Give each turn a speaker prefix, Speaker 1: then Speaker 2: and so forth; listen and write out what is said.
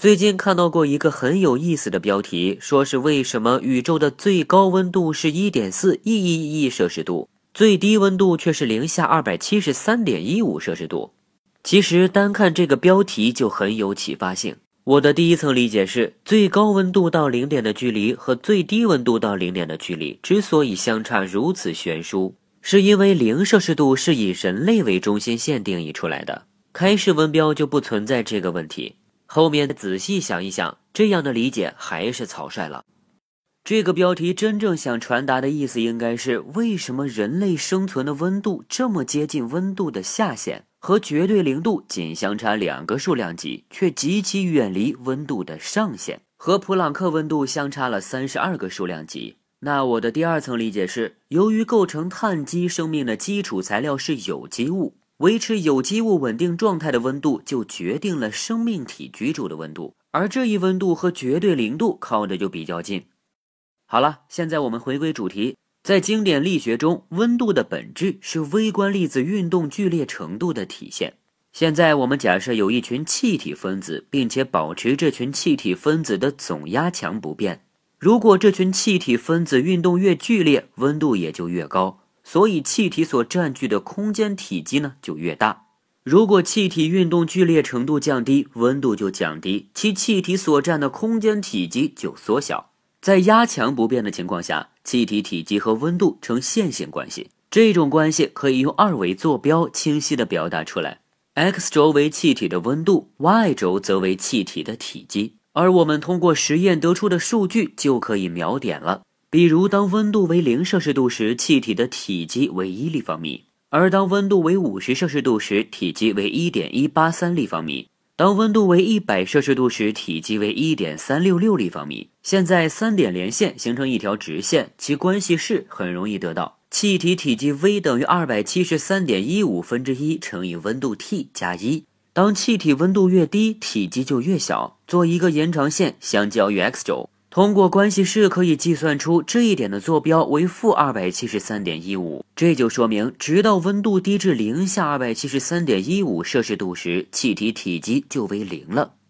Speaker 1: 最近看到过一个很有意思的标题，说是为什么宇宙的最高温度是 1.4亿摄氏度，最低温度却是零下273.15摄氏度。其实单看这个标题就很有启发性。我的第一层理解是，最高温度到0点的距离和最低温度到0点的距离之所以相差如此悬殊，是因为0摄氏度是以人类为中心线定义出来的，开市温标就不存在这个问题。后面仔细想一想，这样的理解还是草率了。这个标题真正想传达的意思应该是，为什么人类生存的温度这么接近温度的下限，和绝对零度仅相差2个数量级，却极其远离温度的上限，和普朗克温度相差了32个数量级。那我的第二层理解是，由于构成碳基生命的基础材料是有机物，维持有机物稳定状态的温度就决定了生命体居住的温度，而这一温度和绝对零度靠的就比较近。好了，现在我们回归主题。在经典力学中，温度的本质是微观粒子运动剧烈程度的体现。现在我们假设有一群气体分子，并且保持这群气体分子的总压强不变。如果这群气体分子运动越剧烈，温度也就越高，所以气体所占据的空间体积呢就越大。如果气体运动剧烈程度降低，温度就降低，其气体所占的空间体积就缩小。在压强不变的情况下，气体体积和温度呈线性关系。这种关系可以用2维坐标清晰地表达出来。X 轴为气体的温度， Y 轴则为气体的体积。而我们通过实验得出的数据就可以描点了。比如当温度为0摄氏度时，气体的体积为1立方米，而当温度为50摄氏度时，体积为 1.183 立方米。当温度为100摄氏度时，体积为 1.366 立方米。现在3点连线形成一条直线，其关系式很容易得到。气体体积 V 等于 273.15 乘以温度 T 加1。当气体温度越低，体积就越小。做一个延长线相交于 X 轴，通过关系式可以计算出这一点的坐标为负 273.15， 这就说明直到温度低至零下 273.15 摄氏度时，气体体积就为0了。